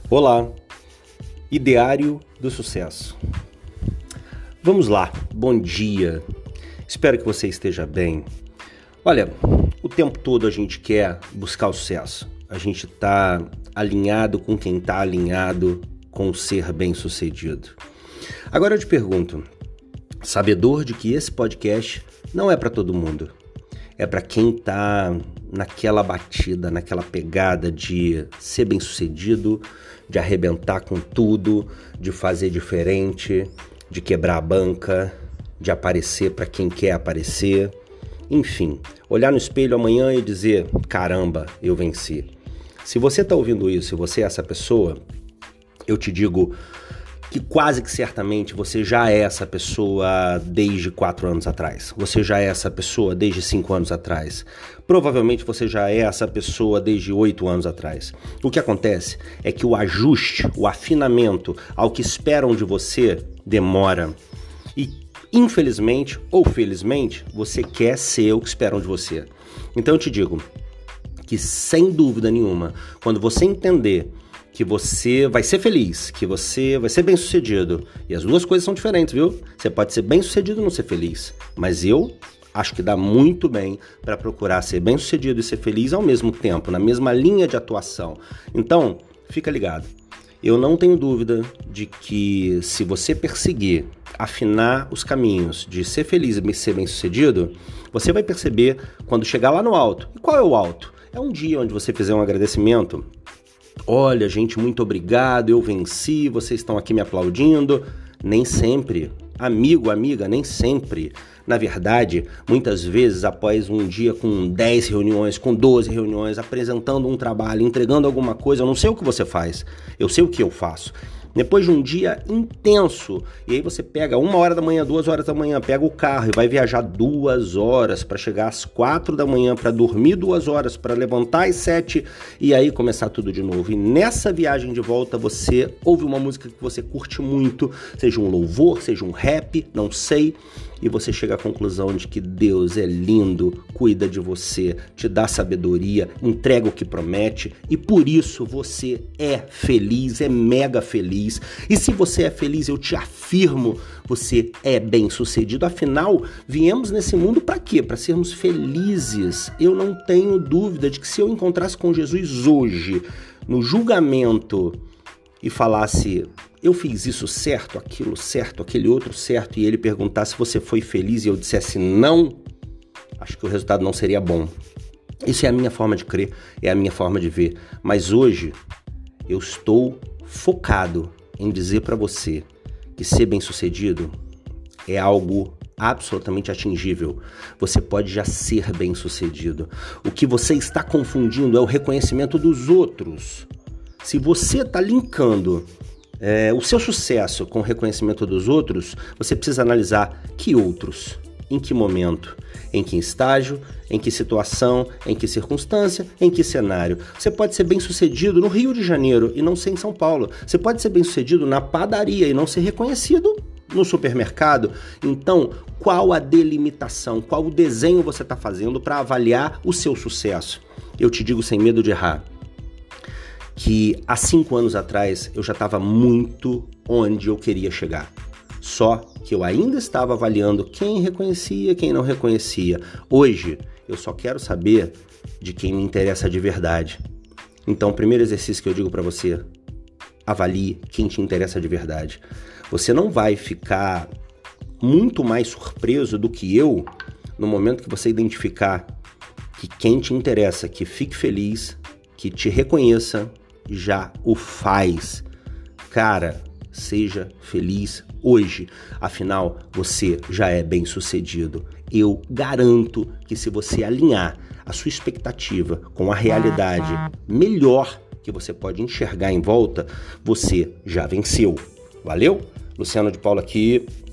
Olá, Ideário do Sucesso. Vamos lá, bom dia, espero que você esteja bem. Olha, o tempo todo a gente quer buscar o sucesso, a gente está alinhado com quem está alinhado com o ser bem-sucedido. Agora eu te pergunto, sabedor de que esse podcast não é para todo mundo, é para quem está naquela batida, naquela pegada de ser bem-sucedido, de arrebentar com tudo, de fazer diferente, de quebrar a banca, de aparecer para quem quer aparecer. Enfim, olhar no espelho amanhã e dizer, caramba, eu venci. Se você está ouvindo isso, se você é essa pessoa, eu te digo que quase que certamente você já é essa pessoa desde 4 anos atrás. Você já é essa pessoa desde 5 anos atrás. Provavelmente você já é essa pessoa desde 8 anos atrás. O que acontece é que o ajuste, o afinamento ao que esperam de você demora. E infelizmente ou felizmente, você quer ser o que esperam de você. Então eu te digo que sem dúvida nenhuma, quando você entender que você vai ser feliz, que você vai ser bem-sucedido. E as duas coisas são diferentes, viu? Você pode ser bem-sucedido e não ser feliz. Mas eu acho que dá muito bem para procurar ser bem-sucedido e ser feliz ao mesmo tempo, na mesma linha de atuação. Então, fica ligado. Eu não tenho dúvida de que se você perseguir afinar os caminhos de ser feliz e ser bem-sucedido, você vai perceber quando chegar lá no alto. E qual é o alto? É um dia onde você fizer um agradecimento. Olha, gente, muito obrigado, eu venci, vocês estão aqui me aplaudindo. Nem sempre. Amigo, amiga, nem sempre. Na verdade, muitas vezes após um dia com 10 reuniões, com 12 reuniões, apresentando um trabalho, entregando alguma coisa, eu não sei o que você faz, eu sei o que eu faço. Depois de um dia intenso, e aí você pega 1 hora da manhã, 2 horas da manhã, pega o carro e vai viajar 2 horas para chegar às 4 da manhã, para dormir 2 horas, para levantar às 7 e aí começar tudo de novo. E nessa viagem de volta você ouve uma música que você curte muito, seja um louvor, seja um rap, não sei, e você chega à conclusão de que Deus é lindo, cuida de você, te dá sabedoria, entrega o que promete e por isso você é feliz, é mega feliz. E se você é feliz, eu te afirmo, você é bem-sucedido. Afinal, viemos nesse mundo para quê? Para sermos felizes. Eu não tenho dúvida de que se eu encontrasse com Jesus hoje, no julgamento, e falasse, eu fiz isso certo, aquele outro certo, e ele perguntasse se você foi feliz e eu dissesse não, acho que o resultado não seria bom. Isso é a minha forma de crer, é a minha forma de ver. Mas hoje eu estou focado em dizer para você que ser bem-sucedido é algo absolutamente atingível. Você pode já ser bem-sucedido. O que você está confundindo é o reconhecimento dos outros. Se você está linkando o seu sucesso com o reconhecimento dos outros, você precisa analisar que outros, em que momento, em que estágio, em que situação, em que circunstância, em que cenário. Você pode ser bem-sucedido no Rio de Janeiro e não ser em São Paulo. Você pode ser bem-sucedido na padaria e não ser reconhecido no supermercado. Então, qual a delimitação, qual o desenho você está fazendo para avaliar o seu sucesso? Eu te digo sem medo de errar, que há 5 anos atrás eu já estava muito onde eu queria chegar. Só que eu ainda estava avaliando quem reconhecia, quem não reconhecia. Hoje, eu só quero saber de quem me interessa de verdade. Então, o primeiro exercício que eu digo para você, avalie quem te interessa de verdade. Você não vai ficar muito mais surpreso do que eu no momento que você identificar que quem te interessa, que fique feliz, que te reconheça, já o faz. Cara, seja feliz hoje. Afinal, você já é bem-sucedido. Eu garanto que se você alinhar a sua expectativa com a realidade melhor que você pode enxergar em volta, você já venceu. Valeu? Luciano de Paula aqui.